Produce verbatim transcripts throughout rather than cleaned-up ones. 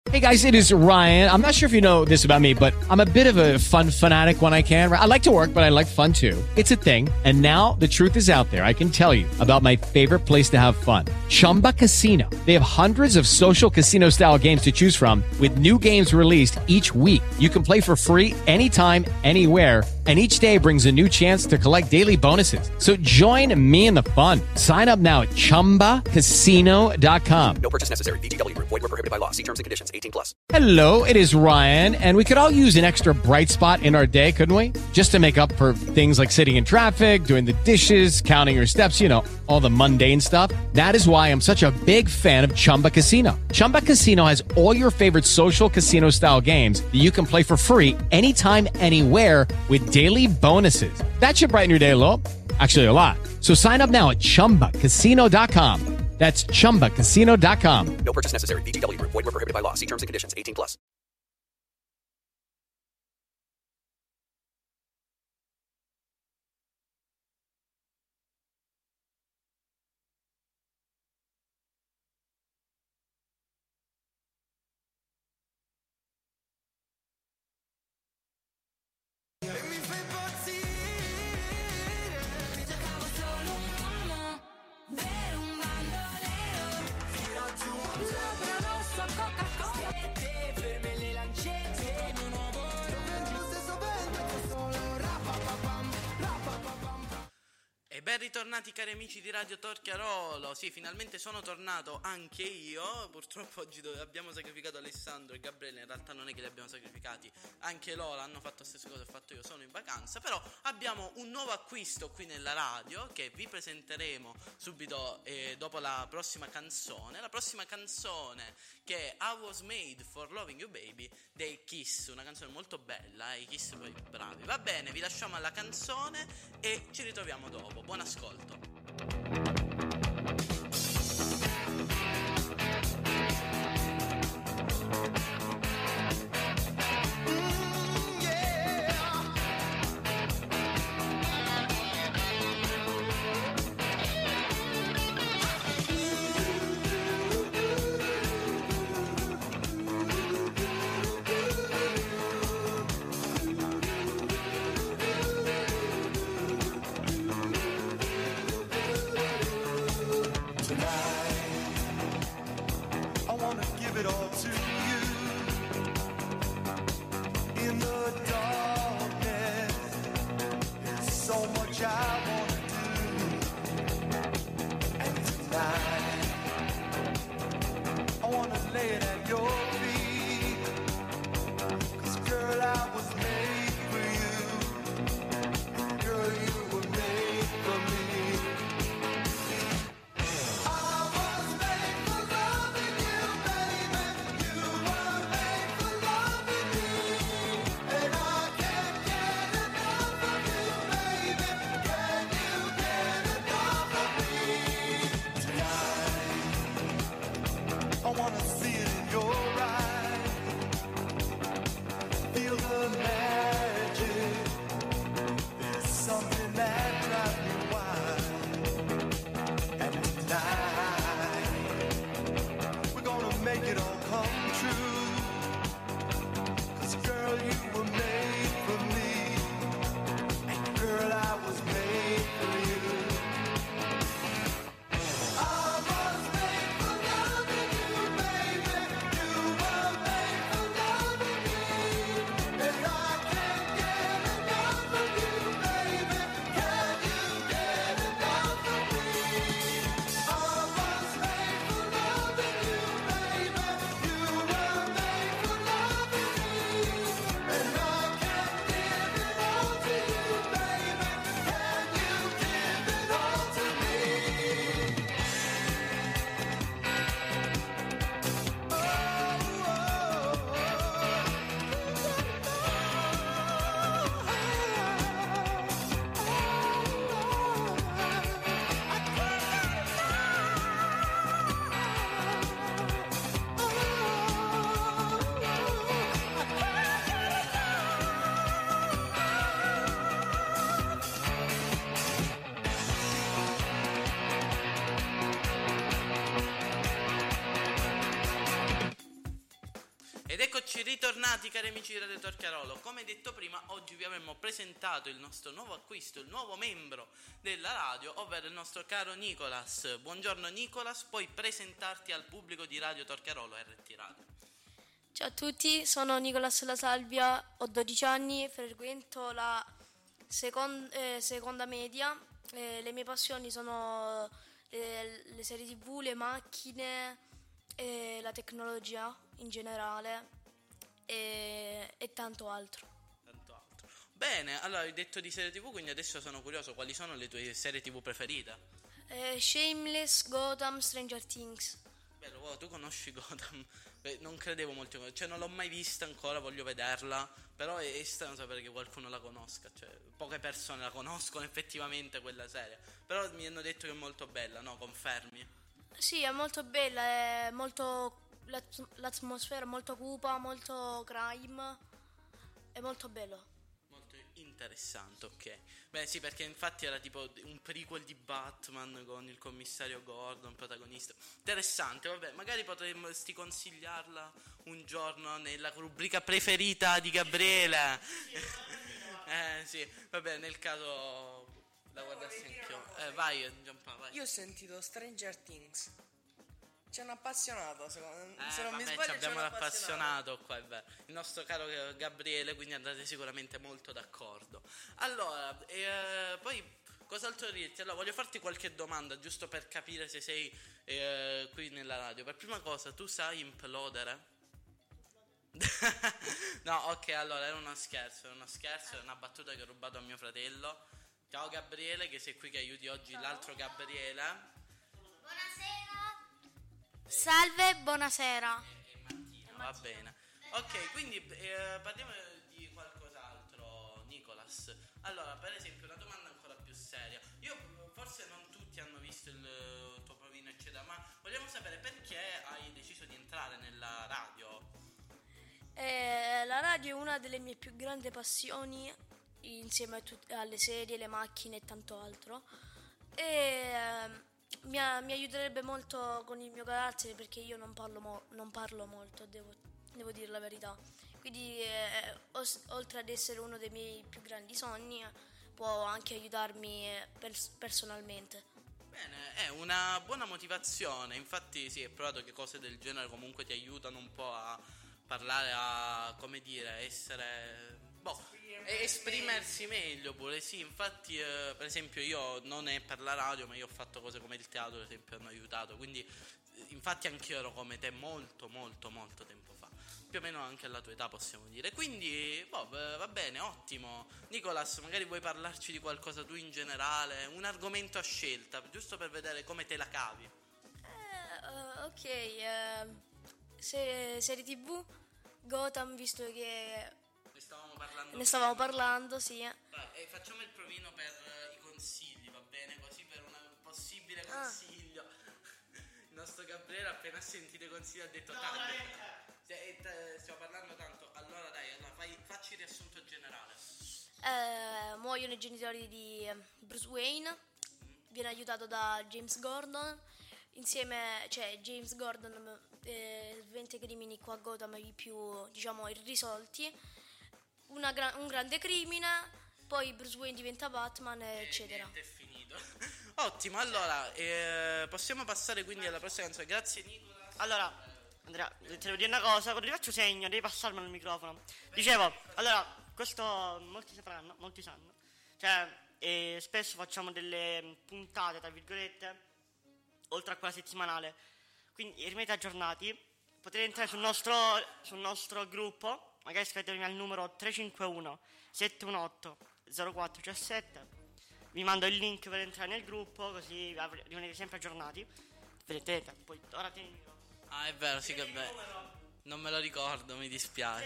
Hey guys, it is Ryan. I'm not sure if you know this about me, but I'm a bit of a fun fanatic when I can. I like to work, but I like fun too. It's a thing. And now the truth is out there. I can tell you about my favorite place to have fun. Chumba Casino. They have hundreds of social casino style games to choose from with new games released each week. You can play for free anytime, anywhere. And each day brings a new chance to collect daily bonuses. So join me in the fun. Sign up now at chumba casino dot com. No purchase necessary. V G W. Void where prohibited by law. See terms and conditions. eighteen plus. Hello, it is Ryan, and we could all use an extra bright spot in our day, couldn't we? Just to make up for things like sitting in traffic, doing the dishes, counting your steps, you know, all the mundane stuff. That is why I'm such a big fan of Chumba Casino. Chumba Casino has all your favorite social casino-style games that you can play for free anytime, anywhere with daily bonuses. That should brighten your day a little. Actually, a lot. So sign up now at chumba casino dot com. That's chumba casino dot com. No purchase necessary. V G W. Void where prohibited by law. See terms and conditions. eighteen plus. E ben ritornati cari amici di Radio Torchiarolo. Sì, finalmente sono tornato anche io. Purtroppo oggi dove abbiamo sacrificato Alessandro e Gabriele. In realtà non è che li abbiamo sacrificati, anche loro hanno fatto la stessa cosa che ho fatto io, sono in vacanza. Però abbiamo un nuovo acquisto qui nella radio che vi presenteremo subito eh, dopo la prossima canzone. La prossima canzone che è I Was Made for Loving You Baby dei Kiss. Una canzone molto bella, eh? I Kiss poi bravi. Va bene, vi lasciamo alla canzone e ci ritroviamo dopo. Buon ascolto. Ed eccoci ritornati, cari amici di Radio Torchiarolo. Come detto prima, oggi vi avremmo presentato il nostro nuovo acquisto, il nuovo membro della radio, ovvero il nostro caro Nicolas. Buongiorno Nicolas, puoi presentarti al pubblico di Radio Torchiarolo, R T Radio. Ciao a tutti, sono Nicolas La Salvia, ho dodici anni, frequento la second- eh, seconda media. Eh, le mie passioni sono eh, le serie tivù, le macchine, eh, la tecnologia in generale e, e tanto altro. Tanto altro. Bene, allora hai detto di serie tivù, quindi adesso sono curioso, quali sono le tue serie tivù preferite? Eh, Shameless, Gotham, Stranger Things. Bello, wow, tu conosci Gotham? Beh, non credevo molto, cioè non l'ho mai vista ancora, voglio vederla, però è, è strano sapere che qualcuno la conosca, cioè poche persone la conoscono effettivamente quella serie, però mi hanno detto che è molto bella, no? Confermi? Sì, è molto bella, è molto l'at- l'atmosfera è molto cupa, molto crime, è molto bello. Molto interessante, ok. Beh sì, perché infatti era tipo un prequel di Batman con il commissario Gordon, protagonista. Interessante, vabbè, magari potremmo consigliarla un giorno nella rubrica preferita di Gabriele. eh sì, vabbè, nel caso la guardassi anch'io. Eh, vai, Gianpaolo, vai. Io ho sentito Stranger Things. C'è un appassionato, secondo Eh, se non mi vabbè, sbaglio, ci abbiamo c'è un l'appassionato qua, è vero. Il nostro caro Gabriele, quindi andate sicuramente molto d'accordo. Allora, eh, poi cos'altro dirti? Allora, voglio farti qualche domanda, giusto per capire se sei eh, qui nella radio. Per prima cosa, tu sai implodere? No, ok, allora era uno scherzo, era uno scherzo, era una battuta che ho rubato a mio fratello. Ciao Gabriele, che sei qui che aiuti oggi l'altro Gabriele. Salve, buonasera. E Martina, va bene. Ok, quindi eh, parliamo di qualcos'altro, Nicolas. Allora, per esempio, una domanda ancora più seria. Io, forse non tutti hanno visto il tuo provino, eccetera, ma vogliamo sapere perché hai deciso di entrare nella radio? Eh, la radio è una delle mie più grandi passioni, insieme a tut- alle serie, le macchine e tanto altro. E ehm, mi, a- mi aiuterebbe molto con il mio carattere, perché io non parlo, mo- non parlo molto, devo, devo dire la verità. Quindi, eh, os- oltre ad essere uno dei miei più grandi sogni, può anche aiutarmi eh, pers- personalmente. Bene, è una buona motivazione. Infatti, sì, è provato che cose del genere comunque ti aiutano un po' a parlare, a, come dire, essere... boh, e esprimersi meglio pure, sì, infatti eh, per esempio io non è per la radio, ma io ho fatto cose come il teatro, per esempio, hanno aiutato, quindi eh, infatti anch'io ero come te molto molto molto tempo fa, più o meno anche alla tua età possiamo dire, quindi boh, va bene, ottimo. Nicolas, magari vuoi parlarci di qualcosa tu in generale, un argomento a scelta, giusto per vedere come te la cavi. Eh, eh, ok, eh, se- serie tivù, Gotham, visto che Ne stavamo parlando ne stavamo prima. parlando, sì. Vai, e facciamo il provino per eh, i consigli, va bene? Così per un possibile Ah. consiglio. Il nostro Gabriele appena sentito i consigli ha detto tanto. Se- eh, stiamo parlando tanto. Allora dai, allora fai, facci il riassunto generale. Eh, muoiono i genitori di eh, Bruce Wayne, viene aiutato da James Gordon, insieme, cioè James Gordon eh, sventa i crimini qua a Gotham i più, diciamo, irrisolti, una gra- un grande crimine, poi Bruce Wayne diventa Batman, E eccetera. niente, è finito. Ottimo, allora eh, possiamo passare quindi alla prossima canzone. Grazie Nicola. Allora, Andrea, ti devo dire una cosa, quando ti faccio segno devi passarmelo il microfono. Dicevo, allora, questo molti sapranno, molti sanno, cioè eh, spesso facciamo delle puntate, tra virgolette, oltre a quella settimanale, quindi rimanete aggiornati, potete entrare sul nostro, sul nostro gruppo, magari scrivetemi al numero tre cinque uno sette uno otto zero quattro uno sette, vi mando il link per entrare nel gruppo, così avre- rimanete sempre aggiornati. Vedete, poi ora tieni il microfono. Ah, è vero, sì che bello. Non me lo ricordo, mi dispiace.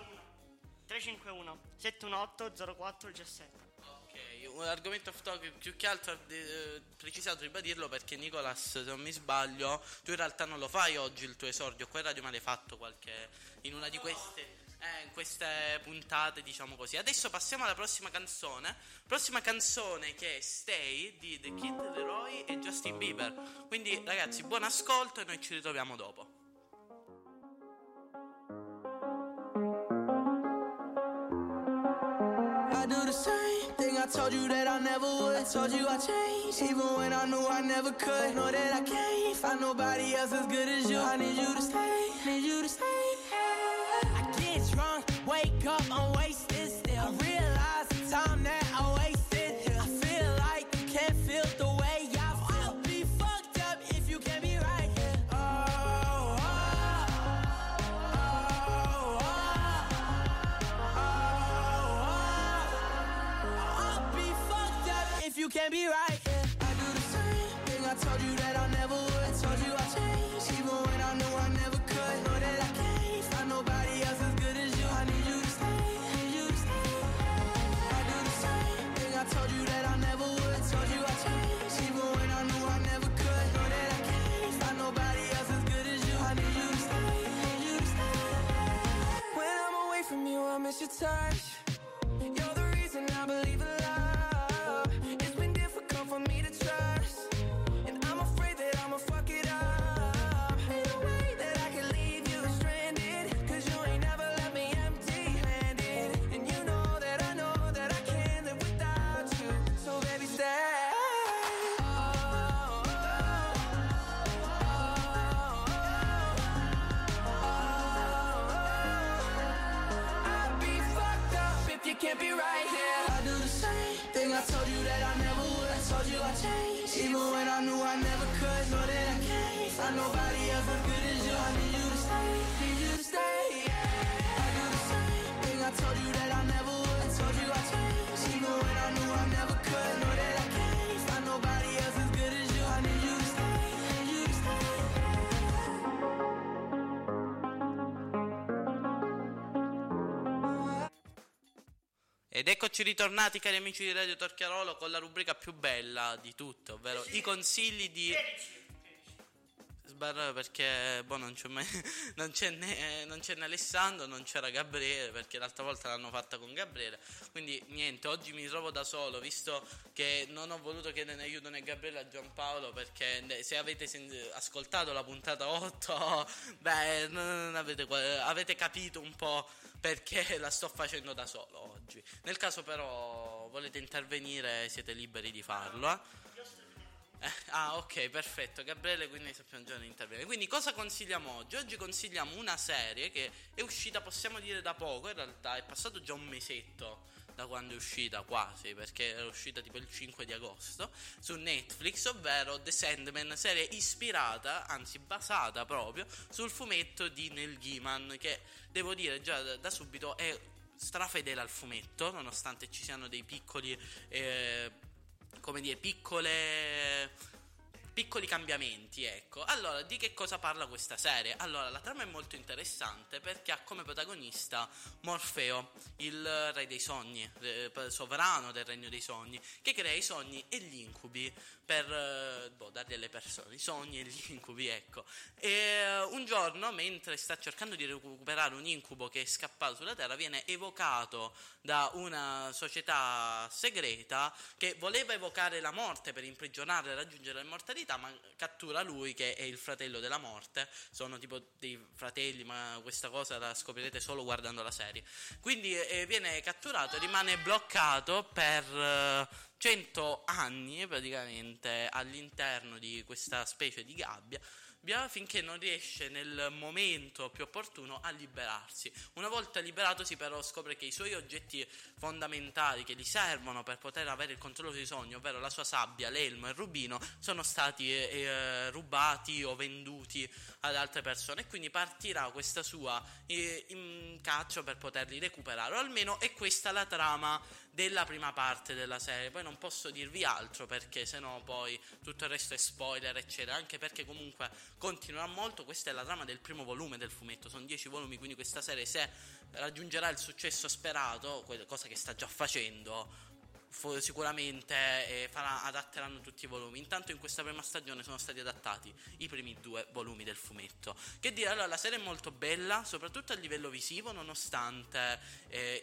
tre cinque uno sette uno otto zero quattro uno sette. Ok, un argomento off topic, più che altro eh, precisato, ribadirlo, perché Nicolas, se non mi sbaglio, tu in realtà non lo fai oggi il tuo esordio qua in radio, ma l'hai fatto qualche in una di queste eh, in queste puntate, diciamo così. Adesso passiamo alla prossima canzone. Prossima canzone, che è Stay di The Kid Laroi e Justin Bieber. Quindi ragazzi, buon ascolto e noi ci ritroviamo dopo. do the same thing I told you that I never would. I told you I changed, even when I knew I never could. Know that I can't find nobody else as good as you. I need you to stay, need you to stay. I get drunk, wake up, I'm wasted still. I realize the time that I wasted here. I feel like you can't feel the way I feel. I'll be fucked up if you can't be right here. Oh, oh, oh, oh, oh, oh. I'll be fucked up if you can't be right here. I do the same thing I told you that I never would. I told you I changed, even when I knew I never could. Know that I can't find nobody else as good as you. I need you to stay, need you to stay. I do the same thing I told you that I never would. I told you I changed, even when I knew I never could. Know that I can't find nobody else as good as you. I need you to stay, need you to stay. When I'm away from you, I miss your touch. You're the reason I believe in love. It's been difficult for me to trust, and I'm afraid that I'ma fuck it up. Ain't no way that I can leave you stranded, cause you ain't never left me empty-handed. And you know that I know that I can't live without you. So baby, stay. Oh, oh, oh, oh. I'd be fucked up if you can't be right here. I do the same thing I told you that I never would. I told you I changed, even when I knew I never could. Know that I can't find nobody else as good as you. I need you to stay, need you to stay. I do the same thing I told you that I never would. I told you I changed, even when I knew I never could. Know that I can't find nobody else as good as you. I need you to stay, need you to stay. Ed eccoci ritornati, cari amici di Radio Torchiarolo, con la rubrica più bella di tutte, ovvero i consigli di... Sbarra perché boh, non c'è mai non c'è né non c'è né Alessandro, non c'era Gabriele, perché l'altra volta l'hanno fatta con Gabriele. Quindi niente, oggi mi trovo da solo, visto che non ho voluto chiedere aiuto né a Gabriele né a Giampaolo, perché se avete sen- ascoltato la puntata otto, beh, non avete, avete capito un po' perché la sto facendo da solo oggi. Nel caso però volete intervenire, siete liberi di farlo, eh? Eh, ah, ok, perfetto, Gabriele, quindi sappiamo già di intervenire. Quindi cosa consigliamo oggi? Oggi consigliamo una serie che è uscita, possiamo dire, da poco. In realtà è passato già un mesetto da quando è uscita, quasi, perché era uscita tipo il cinque di agosto su Netflix, ovvero The Sandman, serie ispirata, anzi basata proprio sul fumetto di Neil Gaiman, che devo dire già da, da subito è strafedele al fumetto, nonostante ci siano dei piccoli eh, come dire, piccole piccoli cambiamenti, ecco. Allora, di che cosa parla questa serie? Allora, la trama è molto interessante perché ha come protagonista Morfeo, il re dei sogni, eh, sovrano del regno dei sogni, che crea i sogni e gli incubi per eh, boh, darli alle persone, i sogni e gli incubi, ecco. E uh, un giorno, mentre sta cercando di recuperare un incubo che è scappato sulla Terra, viene evocato da una società segreta che voleva evocare la morte per imprigionarla e raggiungere l'immortalità, ma cattura lui, che è il fratello della morte. Sono tipo dei fratelli, ma questa cosa la scoprirete solo guardando la serie. Quindi eh, viene catturato e rimane bloccato per eh, cento anni praticamente all'interno di questa specie di gabbia, finché non riesce nel momento più opportuno a liberarsi. Una volta liberatosi però scopre che i suoi oggetti fondamentali che gli servono per poter avere il controllo sui sogni, ovvero la sua sabbia, l'elmo e il rubino, sono stati eh, rubati o venduti ad altre persone, e quindi partirà questa sua eh, in caccia per poterli recuperare, o almeno è questa la trama della prima parte della serie. Poi non posso dirvi altro perché sennò poi tutto il resto è spoiler eccetera, anche perché comunque continuerà molto. Questa è la trama del primo volume del fumetto, sono dieci volumi, quindi questa serie, se raggiungerà il successo sperato, cosa che sta già facendo, sicuramente eh, farà, adatteranno tutti i volumi. Intanto in questa prima stagione sono stati adattati i primi due volumi del fumetto. Che dire, allora la serie è molto bella, soprattutto a livello visivo, nonostante eh,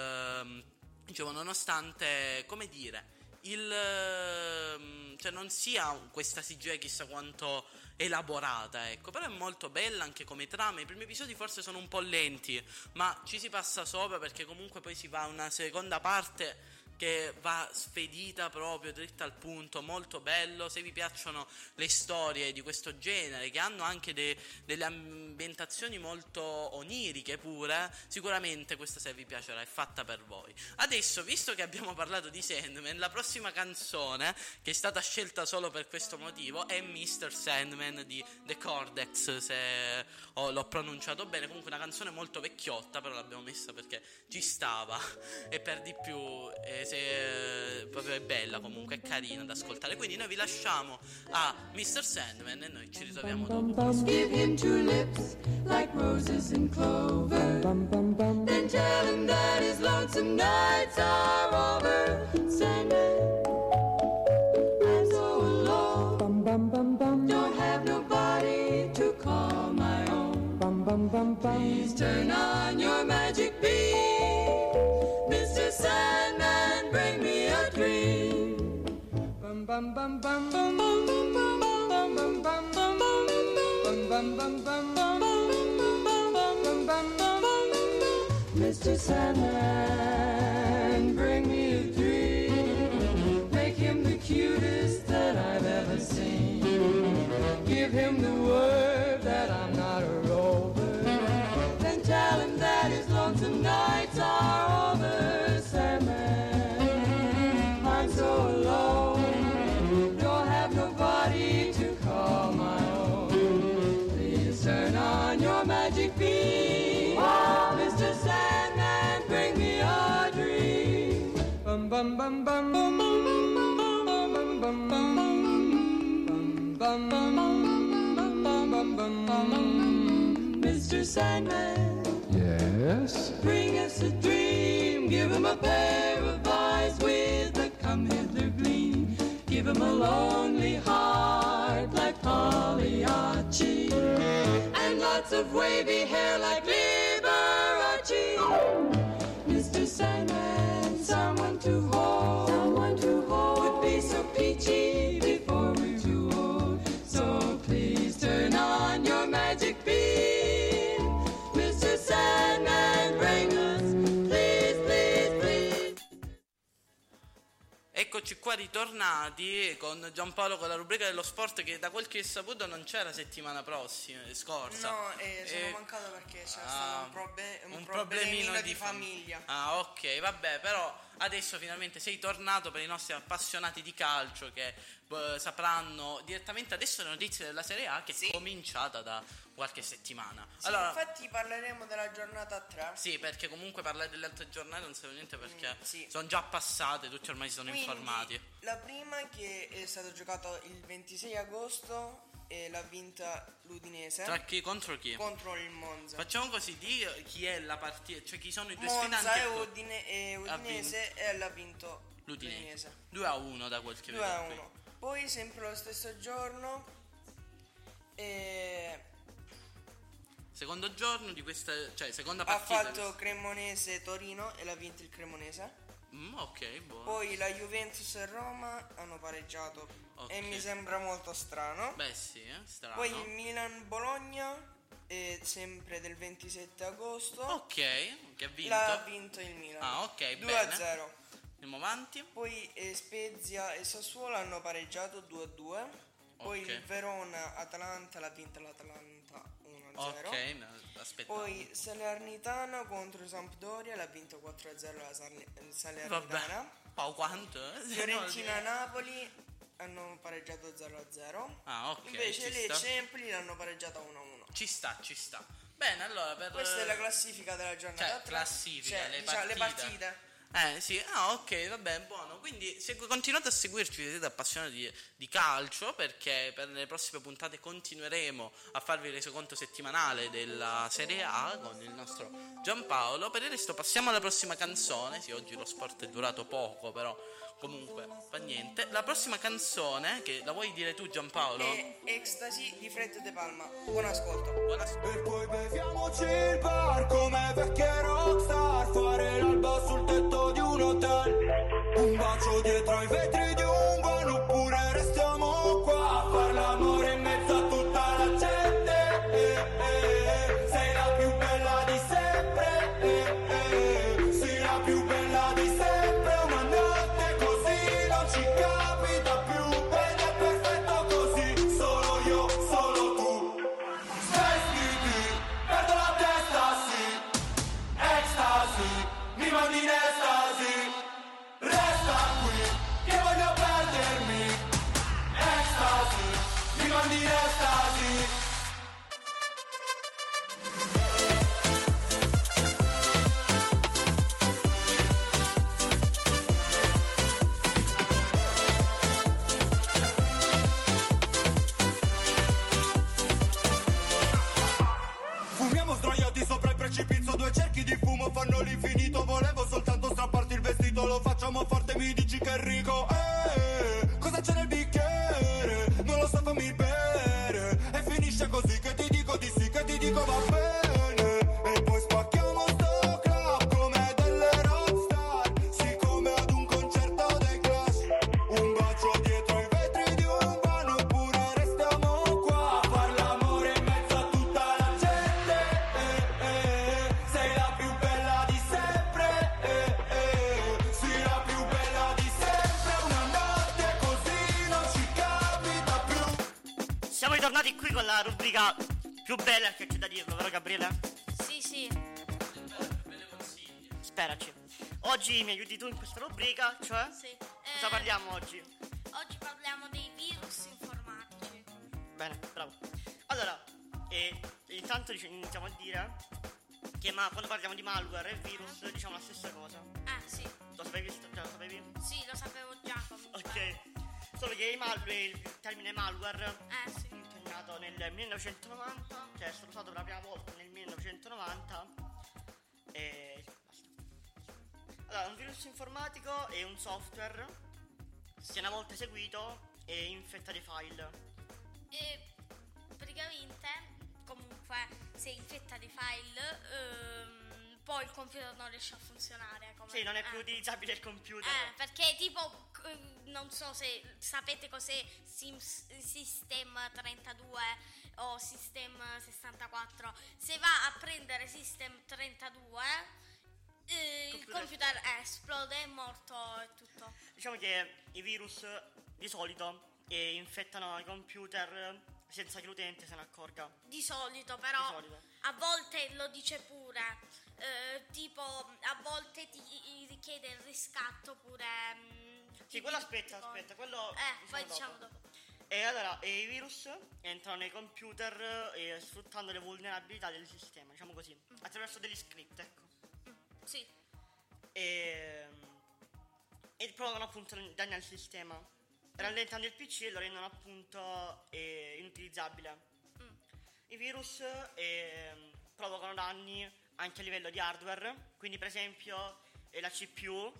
il dicevo nonostante come dire il cioè non sia questa C G I chissà quanto elaborata, ecco, però è molto bella anche come trama. I primi episodi forse sono un po' lenti, ma ci si passa sopra perché comunque poi si va a una seconda parte che va spedita proprio dritta al punto, molto bello. Se vi piacciono le storie di questo genere che hanno anche de- delle ambientazioni molto oniriche pure, sicuramente questa serie vi piacerà, è fatta per voi. Adesso, visto che abbiamo parlato di Sandman, la prossima canzone che è stata scelta solo per questo motivo è mister Sandman di The Cordex, se oh, l'ho pronunciato bene. Comunque una canzone molto vecchiotta, però l'abbiamo messa perché ci stava e per di più eh, se proprio è bella, comunque è carina da ascoltare. Quindi noi vi lasciamo a mister Sandman e noi ci ritroviamo dopo. Give him two lips like roses and clover. Then tell him that his lonesome nights are over. Sandman, I'm so alone. Don't have nobody to call my own. Please turn on your magic beam, mister Sandman, bring me a dream. Bum bum bum bum bum bum bum bum bum bum bum bum bum bum bum bum bum. mister Sandman, bring me a dream. Make him the cutest that I've ever seen. Give him the word that I'm not a rover. Then tell him that his lonesome nights are over. Sandman, I'm so alone. Don't have nobody to call my own. Please turn on your magic beam. Oh, mister Sandman, bring me a dream. Bum bum bum bum bum bum bum bum bum bum bum bum bum. mister Sandman, yes? Bring us a dream. Give him a pair of eyes with a come hither gleam. Give him a lonely heart like Pagliacci, and lots of wavy hair like Liberace. mister Sandman, someone to hold, someone to hold would be so peachy before we're too old. So please turn on your magic beam, mister Sandman, bring us, please, please, please. Eccoci qua ritornati con Giampaolo con la rubrica dello sport che da quel che ho saputo non c'era settimana prossima, scorsa. No, eh, sono Eh, mancato perché c'è ah, stato un, probe- un, un problemino, problemino di, di fam- famiglia. Ah, ok, vabbè, però adesso finalmente sei tornato per i nostri appassionati di calcio che eh, sapranno direttamente adesso le notizie della Serie A che Sì. è cominciata da qualche settimana. Sì, allora, infatti parleremo della giornata tre. sì, perché comunque parlare delle altre giornate non serve niente perché Mm, sì. sono già passate, tutti ormai si sono Quindi, informati. la prima che è stato giocato il ventisei agosto e l'ha vinta l'Udinese Tra chi contro chi? contro il Monza. Facciamo così, di chi è la partita, cioè chi sono i due Monza sfidanti. e, e poi- Udine- e ha Udinese e l'ha vinto L'Udinese. l'Udinese. due a uno da quel che due a vedo qui. uno. Poi sempre lo stesso giorno eh, Secondo giorno di questa, cioè seconda ha partita. fatto Cremonese-Torino e l'ha vinto il Cremonese. Mm, ok, buono. Poi la Juventus e Roma hanno pareggiato Ok. e mi sembra molto strano. Beh sì, eh, strano. Poi il Milan-Bologna è sempre del ventisette agosto. Ok, che ha vinto. L'ha vinto il Milan. Ah, ok, due a bene. zero. Andiamo avanti. Poi eh, Spezia e Sassuolo hanno pareggiato due a due. Poi Ok. il Verona-Atalanta l'ha vinta l'Atalanta uno a zero. Ok, no, aspettavo. Poi Salernitana contro Sampdoria l'ha vinto quattro a zero la Sarni- Salernitana. Vabbè. Oh, quanto? eh? Fiorentina-Napoli hanno pareggiato zero a zero. Ah, ok. Invece ci sta. Lecce e Empoli l'hanno pareggiata uno a uno. Ci sta, ci sta. Bene, allora per Questa è la classifica della giornata. Cioè, tre. classifica, Cioè, le diciamo, le partite. partite. Eh sì, ah ok, vabbè, buono. Quindi se continuate a seguirci, siete appassionati di, di calcio, perché per le prossime puntate continueremo a farvi il resoconto settimanale della Serie A con il nostro Giampaolo. Per il resto passiamo alla prossima canzone. Sì, oggi lo sport è durato poco, però comunque fa niente. La prossima canzone, che la vuoi dire tu Giampaolo? E Ecstasy di Fred De Palma. Buon ascolto. Buon ascolto. E poi beviamoci il bar come vecchie rockstar. Fare l'alba sul tetto di un hotel. Un bacio dietro ai vetri di un van. Oppure restiamo qua a far l'amore in mezzo a tutti ritrovati qui con la rubrica più bella che c'è da dirlo, vero Gabriele? Sì, sì. Speraci. Oggi mi aiuti tu in questa rubrica, cioè? Sì. Cosa Eh, parliamo oggi? Oggi parliamo dei virus informatici. Bene, bravo. Allora, eh, intanto dic- iniziamo a dire che ma quando parliamo di malware e virus diciamo la stessa cosa. Ah, sì. Lo sapevi? Già lo sapevi? Sì, lo sapevo già. Ok. Solo che i malware, il termine malware Eh, sì. è nato nel millenovecentonovanta, cioè è stato usato per la prima volta nel millenovecentonovanta e basta. Allora, un virus informatico è un software che una volta eseguito e infetta dei file. E praticamente, comunque, se infetta dei file, ehm, poi il computer non riesce a funzionare. Come... Sì, non è più eh. utilizzabile il computer. Eh, perché tipo, eh, non so se sapete cos'è Sims, System trentadue o System sessantaquattro. Se va a prendere System trentadue, eh, il Computer- computer esplode, è morto e tutto. Diciamo che i virus di solito eh, infettano i computer senza che l'utente se ne accorga. Di solito, però, Di solito. a volte lo dice pure. Eh, tipo, a volte ti richiede il riscatto pure. mh, Sì, ti- quello aspetta, tipo- aspetta, quello Eh, poi diciamo dopo. E allora, e i virus entrano nei computer eh, sfruttando le vulnerabilità del sistema, diciamo così, attraverso degli script, ecco. Sì. E, e provocano appunto danni al sistema, rallentando il P C e lo rendono appunto eh, inutilizzabile. I virus eh, provocano danni anche a livello di hardware, quindi per esempio eh, la C P U,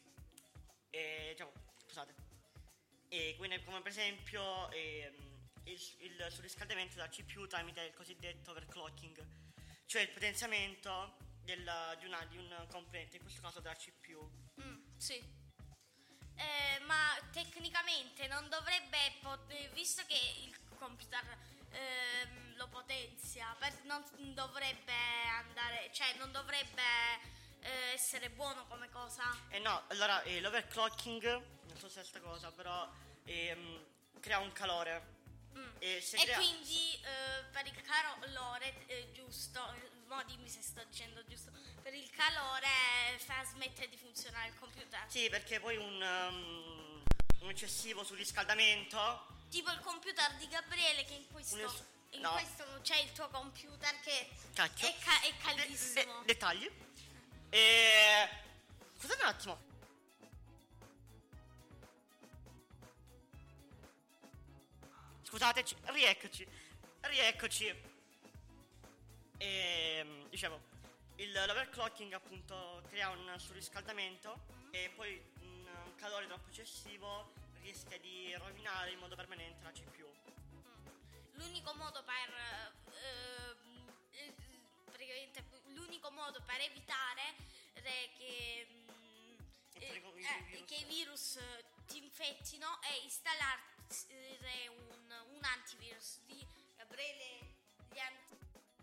eh, diciamo, scusate, e quindi come per esempio ehm, il, il surriscaldamento della C P U tramite il cosiddetto overclocking, cioè il potenziamento del- di, una- di un componente, in questo caso della C P U. Mm, sì. Eh, ma tecnicamente non dovrebbe, pot- eh, visto che il computer ehm, lo potenzia, per- non dovrebbe andare, cioè non dovrebbe eh, essere buono come cosa. E no, allora eh, l'overclocking, non so se è sta cosa, però ehm, crea un calore. Mm. E, se E crea- quindi eh, per il calore eh, giusto, eh, mo dimmi se sto dicendo giusto, per il calore eh, fa smettere di funzionare il computer. Sì, perché poi un, um, un eccessivo surriscaldamento. Tipo il computer di Gabriele che in questo, Un es- in no. questo c'è il tuo computer che Cacchio. è, ca- è De- caldissimo. de- dettagli. E... Scusate un attimo. Scusateci, rieccoci. Rieccoci. E dicevo, il, l'overclocking appunto crea un surriscaldamento e poi un, un calore troppo eccessivo rischia di rovinare in modo permanente la C P U. L'unico modo per ehm, eh, praticamente l'unico modo per evitare re- che mm, Entrare con i eh, virus. che i virus eh, ti infettino è installare un, un antivirus di Gabriele gli anti-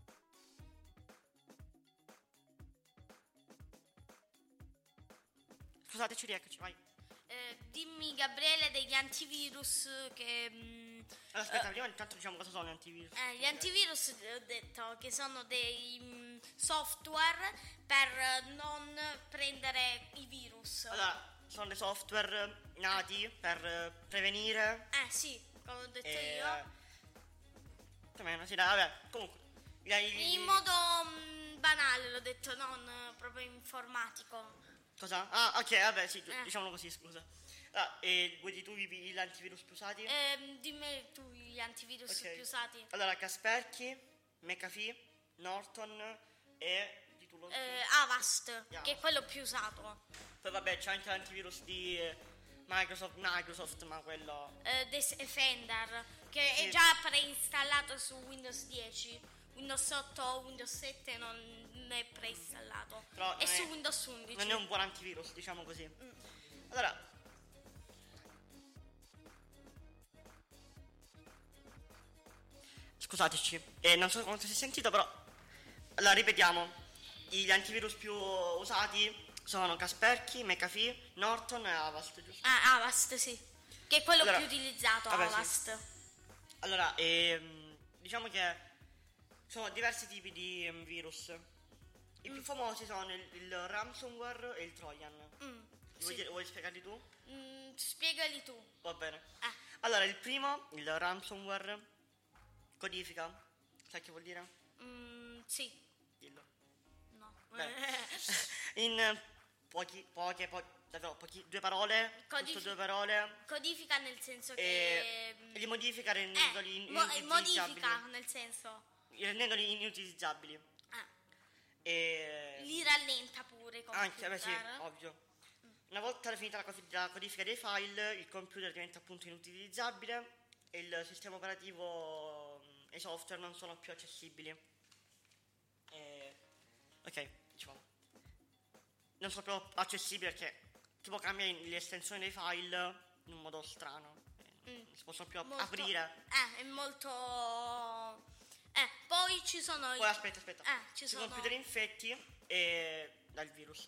Scusateci, rieccoci, vai. eh, dimmi Gabriele degli antivirus che mm, Allora, aspetta, prima intanto diciamo cosa sono gli antivirus. Eh, gli antivirus eh, ho detto che sono dei mm, software per eh, non prendere i virus. Allora, sono dei software nati per eh, prevenire. Eh sì, come ho detto eh, io. Più o meno, sì, dai, vabbè, comunque. gli- gli- In modo mm, banale l'ho detto, non eh, proprio informatico. Cosa? Ah, ok, vabbè, sì, Eh. diciamolo così, scusa. Ah, e vuoi di tu i- gli antivirus più usati? Ehm, dimmi tu gli antivirus Ok. più usati. Allora, Kaspersky, McAfee, Norton e di tu lo Eh, Avast, Yeah. che è quello più usato. Poi vabbè, c'è anche l'antivirus di eh, Microsoft, Microsoft, ma quello. Eh, Defender, che Sì. è già preinstallato su Windows dieci. Windows otto o Windows sette non è preinstallato. Però È non su Windows undici. Non è un buon antivirus, diciamo così. Mm. Allora. Scusateci, eh, non so quanto si è sentito, però. Allora, ripetiamo. Gli antivirus più usati sono Kaspersky, McAfee, Norton e Avast, giusto? Ah, Avast, sì. Che è quello Allora, più utilizzato, vabbè, sì. Avast. Allora, ehm, diciamo che sono diversi tipi di um, virus. I più famosi sono il, il ransomware e il trojan. Mm, Vuoi, sì. dire- vuoi spiegarli tu? Mm, spiegali tu. Va bene. Ah. Allora, il primo, il ransomware, codifica. Sai che vuol dire? Mm, sì. Dillo. No. Bene. In eh, pochi, poche, po- davvero pochi, due parole, Codifi- giusto due parole, Codifica nel senso e che... mm, li modifica eh, rendendoli in- mo- inutilizzabili. modifica nel senso... Rendendoli inutilizzabili. Ah, E li rallenta pure i anche, vabbè, sì, computer. ovvio. Una volta finita la, co- la codifica dei file, il computer diventa appunto inutilizzabile e il sistema operativo mh, e i software non sono più accessibili. E... Ok, diciamo. Non sono più accessibili perché tipo cambia le estensioni dei file in un modo strano. E Mm. Non si possono più ap- Molto- aprire. Eh, è molto... Eh, poi ci sono... i- Poi aspetta, aspetta. Eh, ci I sono... computer infetti e dal virus.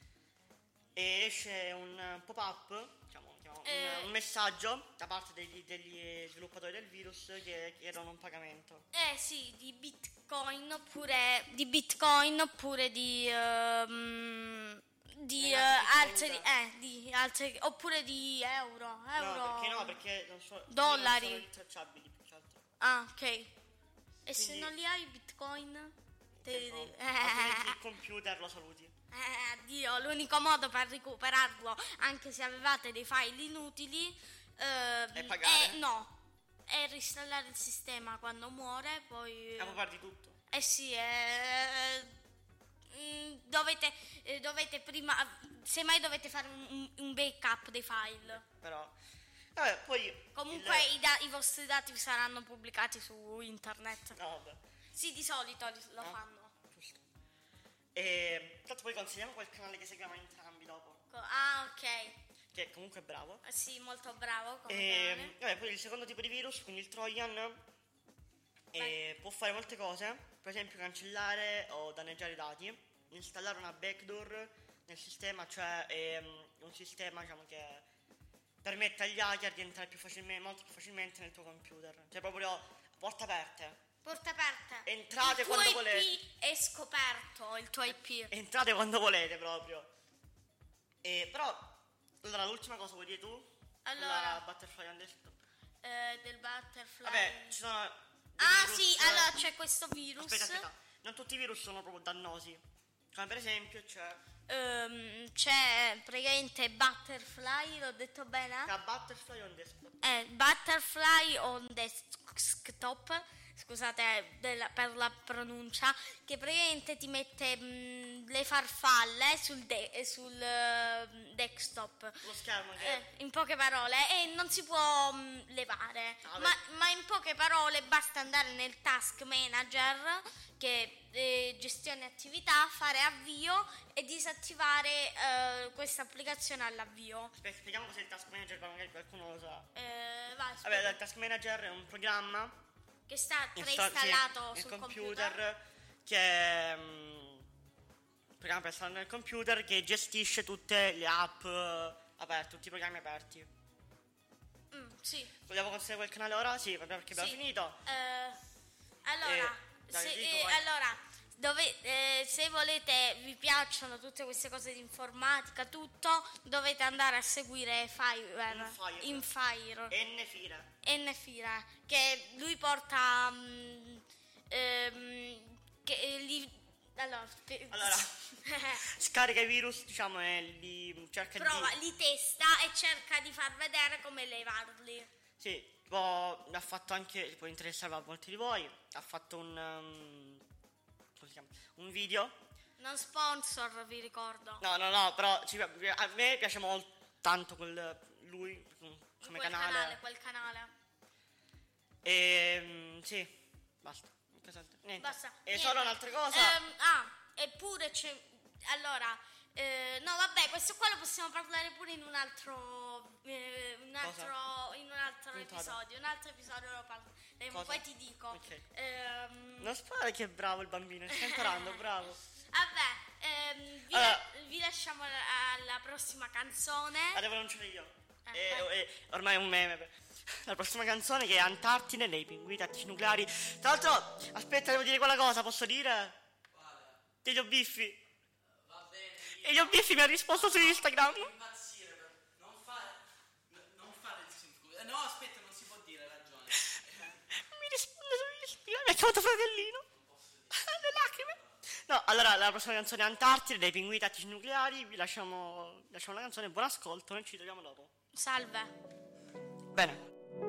E esce un pop-up, diciamo, diciamo, un- Eh. un, messaggio da parte degli, degli sviluppatori del virus che chiedono un pagamento. Eh sì, di Bitcoin oppure di Bitcoin oppure di ehm, di Eh, eh, ma di altre criptovaluta. eh di altre oppure di euro, euro. No, perché no, perché non so, Dollari. non sono ritracciabili più che altro. Ah, ok. E se Quindi- non li hai Bitcoin? Te- No, eh, altrimenti il computer lo saluti. eh, addio, l'unico modo per recuperarlo, anche se avevate dei file inutili, ehm, È pagare. è- no, è reinstallare il sistema quando muore, poi... Capo parti tutto. Eh sì, eh, mm, dovete, eh, dovete prima, semmai dovete fare un, un- un backup dei file. Però vabbè, poi Comunque il- i, da- i vostri dati saranno pubblicati su internet. no, vabbè. Sì, di solito li- lo No? fanno. Giusto. E tanto poi consigliamo quel canale che seguiamo entrambi dopo, Co- Ah, ok. che comunque è bravo. Eh sì, molto bravo come E canale. vabbè, poi il secondo tipo di virus, quindi il Trojan, eh, può fare molte cose, per esempio cancellare o danneggiare i dati, installare una backdoor nel sistema, cioè ehm, un sistema diciamo che permette agli hacker di entrare più facilmente, molto più facilmente nel tuo computer, cioè proprio a porte aperte. Porta aperta. Entrate il tuo quando I P volete. è scoperto, il tuo I P. Entrate quando volete proprio. E però, allora l'ultima cosa vuoi dire tu? Allora. La Butterfly on Desktop. Eh, del butterfly. Vabbè, ci sono dei Ah virus- sì, allora c'è questo virus. Aspetta, aspetta. Non tutti i virus sono proprio dannosi. Come per esempio c'è Ehm, c'è praticamente Butterfly, l'ho detto bene? la Butterfly on Desktop. Eh, Butterfly on Desktop, scusate della- per la pronuncia, che praticamente ti mette mh, le farfalle sul, de- eh, sul eh, desktop. Lo schermo che Eh, in poche parole, e non si può mh, levare, Ah, ma, ma in poche parole basta andare nel task manager che eh, gestione attività, fare avvio e disattivare eh, questa applicazione all'avvio. Aspetta, spieghiamo cos'è il Task Manager, per magari qualcuno lo sa. Eh, vai, Vabbè, spiega. il Task Manager è un programma Che sta insta- preinstallato sì, sul nel computer. computer, che è mm, un programma preinstallato nel computer che gestisce tutte le app eh, aperte, tutti i programmi aperti. Mm, sì. Vogliamo consigliare quel canale ora? Sì, proprio perché abbiamo Sì. finito. Eh, allora, Eh, dai, se, di tu, eh, vai. allora dove, eh, se volete, vi piacciono tutte queste cose di informatica, tutto, dovete andare a seguire Fiverr, Infire. Infire, N-Fire. Nfire, che lui porta mm, ehm, che eh, li allora, spe- Allora, scarica i virus, diciamo, e li cerca prova, di... li testa e cerca di far vedere come levarli. Sì, tipo, ha fatto anche, può interessare a molti di voi, ha fatto un... um, come si chiama? Un video. Non sponsor, vi ricordo. No, no, no, però ci- a me piace molto tanto quel, lui come quel canale. quel canale. E mm, sì, basta. Presente. Niente. Basta. E niente. solo un'altra cosa. Ehm, ah, eppure c'è. Allora, eh, no, vabbè, questo qua lo possiamo parlare pure in un altro. eh, un altro in un altro Puntata. episodio. Un altro episodio lo parleremo. Cosa? Poi ti dico. Ok. Ehm, Non sparare che è bravo il bambino, sta imparando, bravo. vabbè, ehm, vi, Allora. vi lasciamo alla, alla prossima canzone. La devo annunciare io. Eh, E- vai. e- ormai è un meme. la prossima canzone, che è Antartide dei Pinguini Tattici Nucleari. Tra l'altro, aspetta, devo dire quella cosa, posso dire? Che gli ho biffi. Va bene. E gli ho biffi mi ha risposto su Instagram. Impazzire per... Non fare... Non fare il simpatico. No, aspetta, non si può dire, ragione. Mi risponde su Instagram, mi ha chiamato fratellino. Le lacrime. No, allora, la prossima canzone è Antartide dei Pinguini Tattici Nucleari. Vi lasciamo, lasciamo la canzone, buon ascolto, noi ci troviamo dopo. Salve. Bene.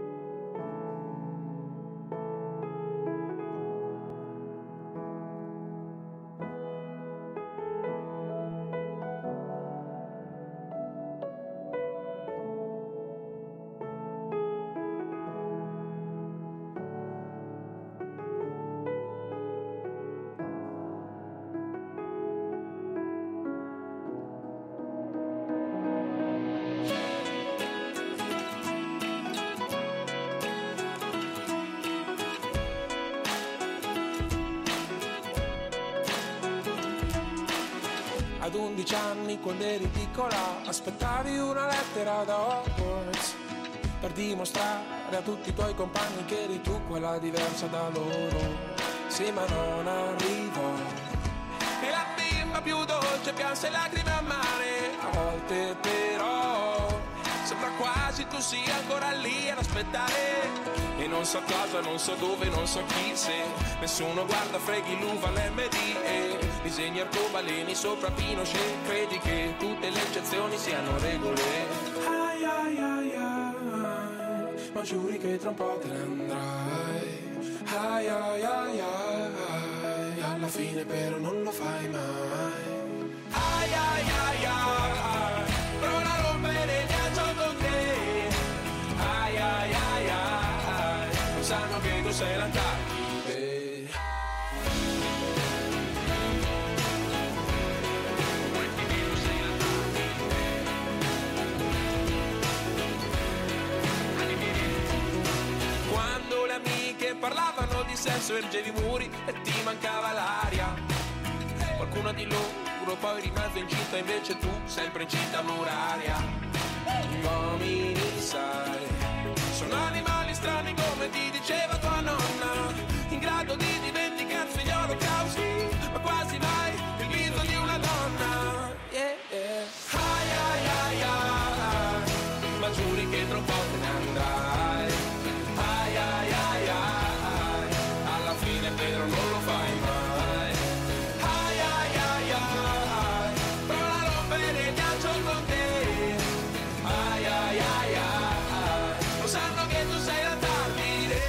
Ad undici anni, quando eri piccola, aspettavi una lettera da Hogwarts per dimostrare a tutti i tuoi compagni che eri tu quella diversa da loro. Sì, ma non arrivò. E la bimba più dolce pianse lacrime a mare. A volte però sembra quasi tu sia ancora lì ad aspettare. E non so cosa, non so dove, non so chi, se nessuno guarda, freghi l'uva all'emme di e disegni arcobaleni sopra Pinochet. Credi che tutte le eccezioni siano regole. Ai ai ai ai, ma giuri che tra un po' te ne andrai. Ai ai ai ai, alla fine però non lo fai mai. Ai ai ai ai, prova a rompere il ghiaccio con te. Ai ai ai ai, non sanno che tu sei l'Antartide. Quando le amiche parlavano di sesso ergevi i muri e ti mancava l'aria. Qualcuna di loro poi rimase incinta, invece tu sempre incinta muraria. Gli uomini, sai, sono animali strani come ti diceva tua nonna, in grado di dimenticarsi gli olocausti, ma quasi mai il viso di una donna. Yeah, yeah. Ai ai ai ai, ma giuri che tra un po' te ne andrai. Ai ai ai ai, alla fine però non lo fai mai. Ai ai ai ai, prova a rompere il ghiaccio con te. Ai ai ai ai, lo sanno che tu sei l'Antartide.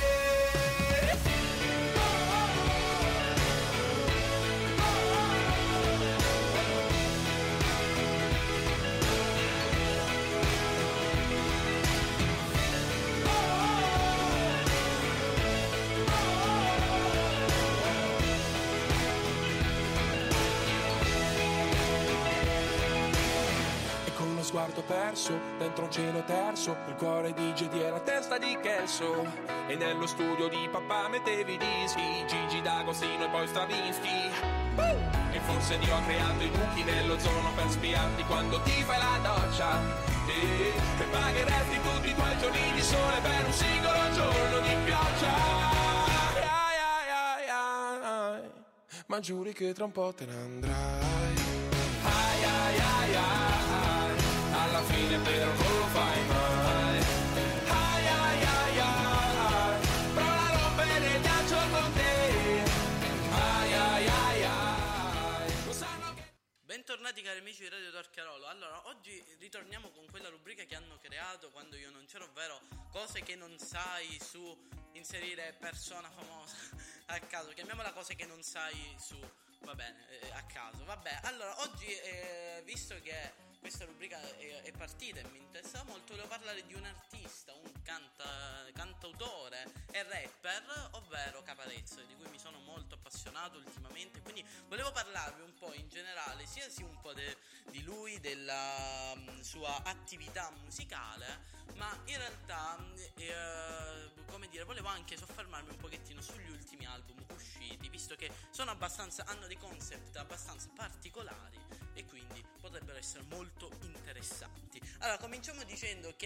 Sguardo perso, dentro un cielo terso, il cuore di Gigi e la testa di Kelso. E nello studio di papà mettevi i dischi, Gigi D'Agostino e poi Stravinsky. uh! E forse Dio ha creato i buchi nell'ozono per spiarti quando ti fai la doccia. E, e pagheresti tutti i tuoi giorni di sole per un singolo giorno di pioggia. Ai, ai, ai, ai, ai. Ma giuri che tra un po' te ne andrai. Ai ai ai ai, alla fine però non lo fai mai. Ai ai ai ai, prova a rompere il ghiaccio con te. Ai ai ai ai, lo sanno che... Bentornati cari amici di Radio Torchiarolo. Allora, oggi ritorniamo con quella rubrica che hanno creato quando io non c'ero, ovvero cose che non sai su inserire persona famosa a caso. Chiamiamola cose che non sai su... Va bene, eh, a caso, vabbè. Allora, oggi, eh, visto che questa rubrica è, è partita e mi interessa molto, volevo parlare di un artista, un canta, cantautore e rapper, ovvero Caparezza, di cui mi sono molto appassionato ultimamente. Quindi volevo parlarvi un po' in generale, sia sì un po' de, di lui, della um, sua attività musicale, ma in realtà, eh, come dire, volevo anche soffermarmi un pochettino sugli ultimi album usciti, visto che sono abbastanza, hanno dei concept abbastanza particolari e quindi potrebbero essere molto interessanti. Allora, cominciamo dicendo che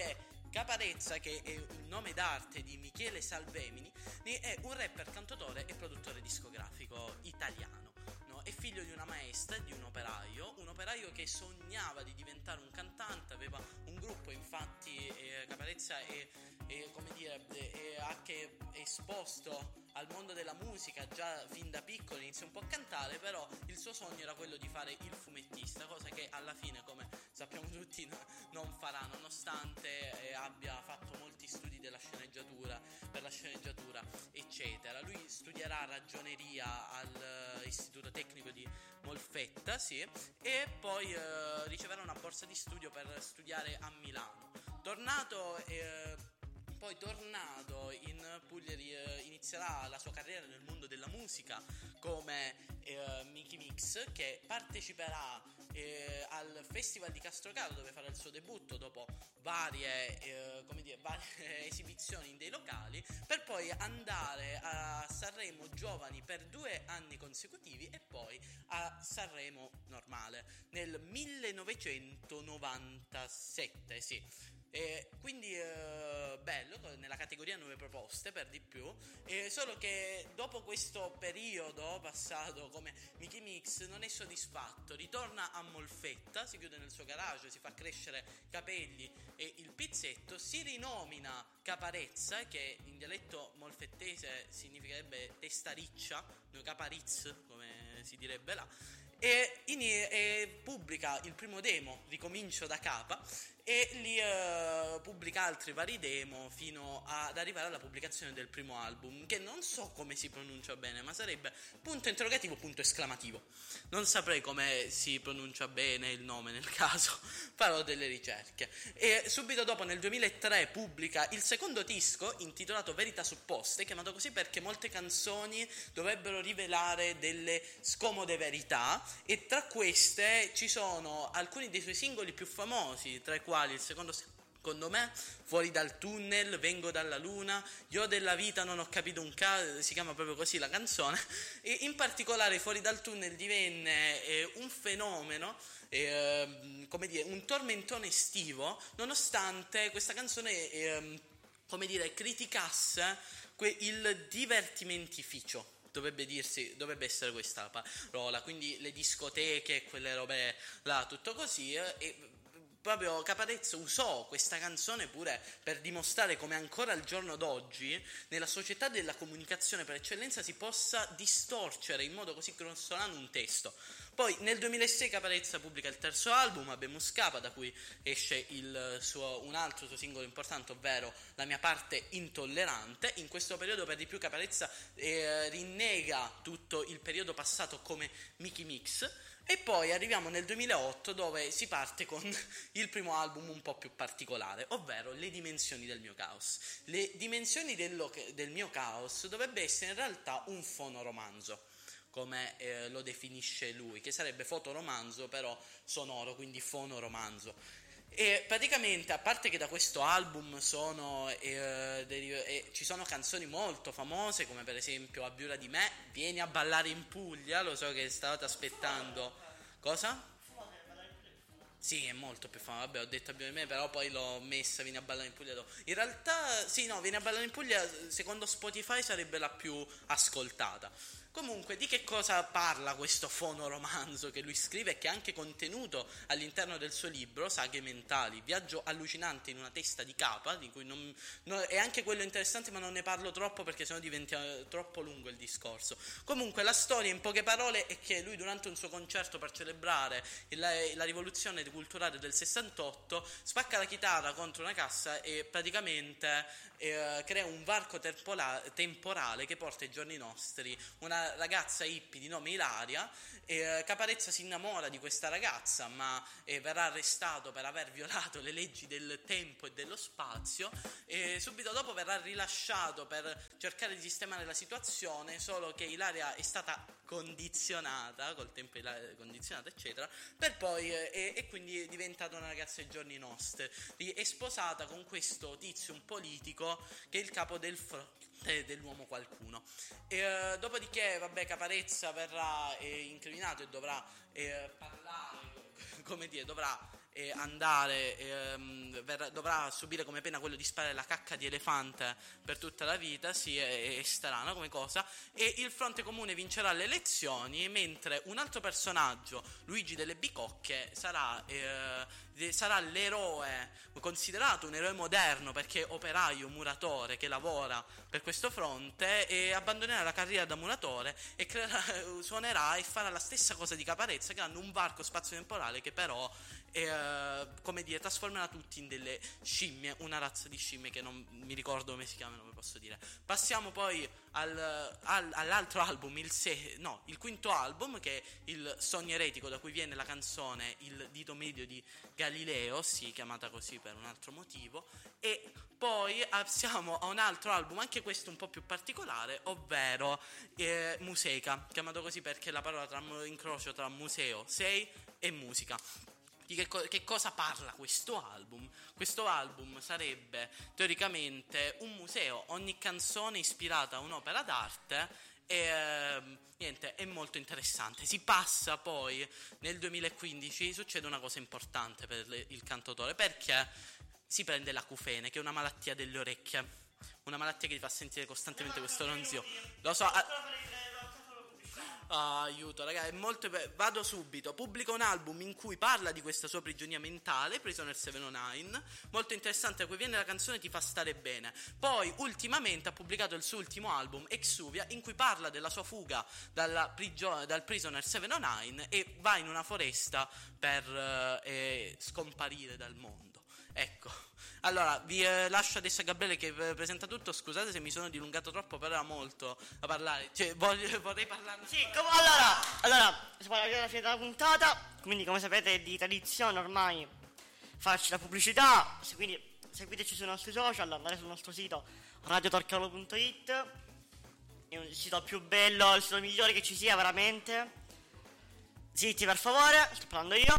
Caparezza, che è il nome d'arte di Michele Salvemini, è un rapper, cantautore e produttore discografico italiano. No? È figlio di una maestra e di un operaio, un operaio che sognava di diventare un cantante, aveva un gruppo, infatti eh, Caparezza è, è, come dire, è anche esposto al mondo della musica già fin da piccolo, inizia un po' a cantare, però il suo sogno era quello di fare il fumettista, cosa che alla fine, come sappiamo tutti, no, non farà, nonostante eh, abbia fatto molti studi della sceneggiatura, per la sceneggiatura, eccetera. Lui studierà ragioneria all'Istituto Tecnico di Molfetta, sì, e poi eh, riceverà una borsa di studio per studiare a Milano. Tornato eh, Poi tornato in Puglia eh, inizierà la sua carriera nel mondo della musica come eh, Mickey Mix, che parteciperà eh, al Festival di Castrocaro, dove farà il suo debutto dopo varie, eh, come dire, varie esibizioni in dei locali, per poi andare a Sanremo Giovani per due anni consecutivi e poi a Sanremo normale nel millenovecentonovantasette, sì. E quindi eh, bello, nella categoria nuove proposte per di più, eh, solo che dopo questo periodo passato come Mickey Mix non è soddisfatto, ritorna a Molfetta, si chiude nel suo garage, si fa crescere i capelli e il pizzetto, si rinomina Caparezza, che in dialetto molfettese significherebbe testa riccia, no, Capariz come si direbbe là, e, in, e pubblica il primo demo, Ricomincio da Capa, e li uh, pubblica altri vari demo fino ad arrivare alla pubblicazione del primo album, che non so come si pronuncia bene, ma sarebbe punto interrogativo punto esclamativo. Non saprei come si pronuncia bene il nome nel caso, farò delle ricerche. E subito dopo, nel duemilatré, pubblica il secondo disco intitolato Verità Supposte, chiamato così perché molte canzoni dovrebbero rivelare delle scomode verità, e tra queste ci sono alcuni dei suoi singoli più famosi, tra i quali il secondo, secondo me, Fuori dal tunnel, Vengo dalla luna, Io della vita non ho capito un caso, si chiama proprio così la canzone, e in particolare Fuori dal tunnel divenne eh, un fenomeno, eh, come dire, un tormentone estivo, nonostante questa canzone eh, come dire, criticasse que- il divertimentificio. Dovrebbe dirsi, dovrebbe essere questa la parola, quindi le discoteche, quelle robe là, tutto così, e proprio Caparezza usò questa canzone pure per dimostrare come ancora al giorno d'oggi nella società della comunicazione per eccellenza si possa distorcere in modo così grossolano un testo. Poi nel duemilasei Caparezza pubblica il terzo album, Abemus Capa, da cui esce il suo, un altro suo singolo importante, ovvero La mia parte intollerante. In questo periodo per di più Caparezza eh, rinnega tutto il periodo passato come Mickey Mix. E poi arriviamo nel duemilaotto, dove si parte con il primo album un po' più particolare, ovvero Le dimensioni del mio caos. Le dimensioni dello, del mio caos dovrebbe essere in realtà un fonoromanzo, come eh, lo definisce lui, che sarebbe fotoromanzo però sonoro, quindi fonoromanzo. E praticamente, a parte che da questo album sono eh, deriv- eh, ci sono canzoni molto famose, come per esempio A Viura di me, Vieni a ballare in Puglia, lo so che stavate aspettando. Cosa? Sì, è molto più famosa, vabbè, ho detto A Viura di me, però poi l'ho messa Vieni a ballare in Puglia dopo. In realtà, sì, no, Vieni a ballare in Puglia secondo Spotify sarebbe la più ascoltata. Comunque, di che cosa parla questo fonoromanzo che lui scrive e che è anche contenuto all'interno del suo libro Saghe mentali, viaggio allucinante in una testa di capa, di cui non, no, è anche quello interessante, ma non ne parlo troppo perché sennò diventa troppo lungo il discorso. Comunque la storia in poche parole è che lui, durante un suo concerto per celebrare la, la rivoluzione culturale del sessantotto, spacca la chitarra contro una cassa e praticamente eh, crea un varco tempola- temporale che porta ai giorni nostri una ragazza hippie di nome Ilaria. eh, Caparezza si innamora di questa ragazza, ma eh, verrà arrestato per aver violato le leggi del tempo e dello spazio, e subito dopo verrà rilasciato per cercare di sistemare la situazione, solo che Ilaria è stata condizionata, col tempo condizionata eccetera, per poi eh, e, e quindi è diventata una ragazza ai giorni nostri, è sposata con questo tizio, un politico, che è il capo del fronte dell'uomo qualcuno. E, uh, dopodiché vabbè Caparezza verrà eh, incriminato e dovrà eh, parlare come dire, dovrà eh, andare, ehm, verrà, dovrà subire come pena quello di sparare la cacca di elefante per tutta la vita, sì, è, è strana come cosa, e il Fronte Comune vincerà le elezioni, mentre un altro personaggio, Luigi delle Bicocche, sarà, eh, sarà l'eroe, considerato un eroe moderno perché operaio, muratore, che lavora per questo fronte, e abbandonerà la carriera da muratore e creerà, suonerà e farà la stessa cosa di Caparezza, creando un varco spazio-temporale che però eh, come dire, trasformerà tutti in delle scimmie, una razza di scimmie che non mi ricordo come si chiamano, come posso dire. Passiamo poi al, al, all'altro album, il, se, no, il quinto album, che è il Sogno Eretico, da cui viene la canzone Il dito medio di Galileo, sì, chiamata così per un altro motivo. E poi passiamo a un altro album, anche questo un po' più particolare, ovvero eh, Museica, chiamato così perché la parola tra incrocio tra museo, sei e musica. Di che, co- che cosa parla questo album? Questo album sarebbe teoricamente un museo, ogni canzone ispirata a un'opera d'arte, e eh, niente, è molto interessante. Si passa poi nel duemilaquindici, succede una cosa importante per le, il cantautore, perché si prende l'acufene, che è una malattia delle orecchie, una malattia che ti fa sentire costantemente questo ronzio. Lo so. A- Ah, aiuto, raga, è molto be- vado subito. Pubblica un album in cui parla di questa sua prigionia mentale, Prisoner settantanove, molto interessante, a cui viene la canzone Ti fa stare bene. Poi ultimamente ha pubblicato il suo ultimo album, Exuvia, in cui parla della sua fuga dalla prigio- dal Prisoner settantanove e va in una foresta per eh, scomparire dal mondo. Ecco. Allora, vi eh, lascio adesso a Gabriele che eh, presenta tutto. Scusate se mi sono dilungato troppo, però era molto a parlare. Cioè, voglio, vorrei parlarne. Sì, com- allora, allora, si parla alla fine della puntata. Quindi, come sapete, è di tradizione ormai farci la pubblicità. Se, quindi, seguiteci sui nostri social, andate sul nostro sito radio torchiolo punto it. È il sito più bello, il sito migliore che ci sia, veramente. Zitti, per favore, sto parlando io.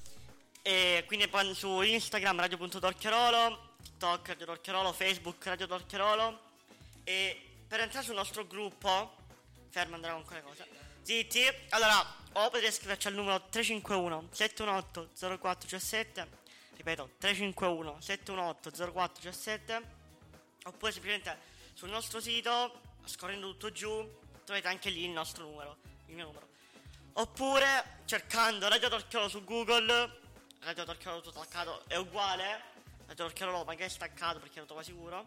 E quindi poi su Instagram radio punto torchiarolo, TikTok Radio Torchiarolo, Facebook Radio Torchiarolo. E per entrare sul nostro gruppo, fermo, andremo con quelle cose. Zitti, allora, o potete scriverci al numero tre cinque uno sette uno otto zero quattro uno sette, ripeto, tre cinque uno sette uno otto zero quattro uno sette, oppure semplicemente sul nostro sito, scorrendo tutto giù, trovate anche lì il nostro numero, il mio numero. Oppure cercando Radio Torchiarolo su Google, Radio Torchiarolo tutto attaccato è uguale, Radio Torchiarolo magari è staccato perché lo trovo sicuro,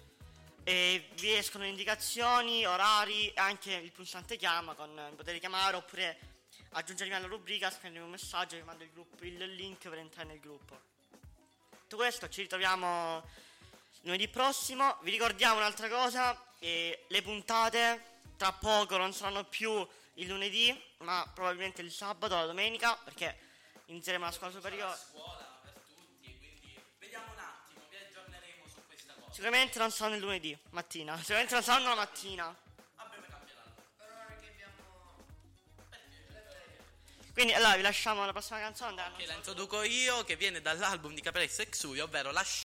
e vi escono indicazioni, orari e anche il pulsante chiama, con potete chiamare oppure aggiungermi alla rubrica, scrivermi un messaggio, vi mando il, gruppo, il link per entrare nel gruppo. Tutto questo, ci ritroviamo lunedì prossimo. Vi ricordiamo un'altra cosa, eh, le puntate tra poco non saranno più il lunedì, ma probabilmente il sabato, la domenica, perché inizieremo la scuola superiore. Scuola per tutti, quindi vediamo un attimo, vi aggiorneremo su questa cosa. Sicuramente non saranno il lunedì mattina, sicuramente non saranno la mattina. Vabbè, cambieranno. Per ora che abbiamo... Quindi allora vi lasciamo la prossima canzone. Che la introduco io, che viene dall'album di Caparezza Exuvia, ovvero Lascia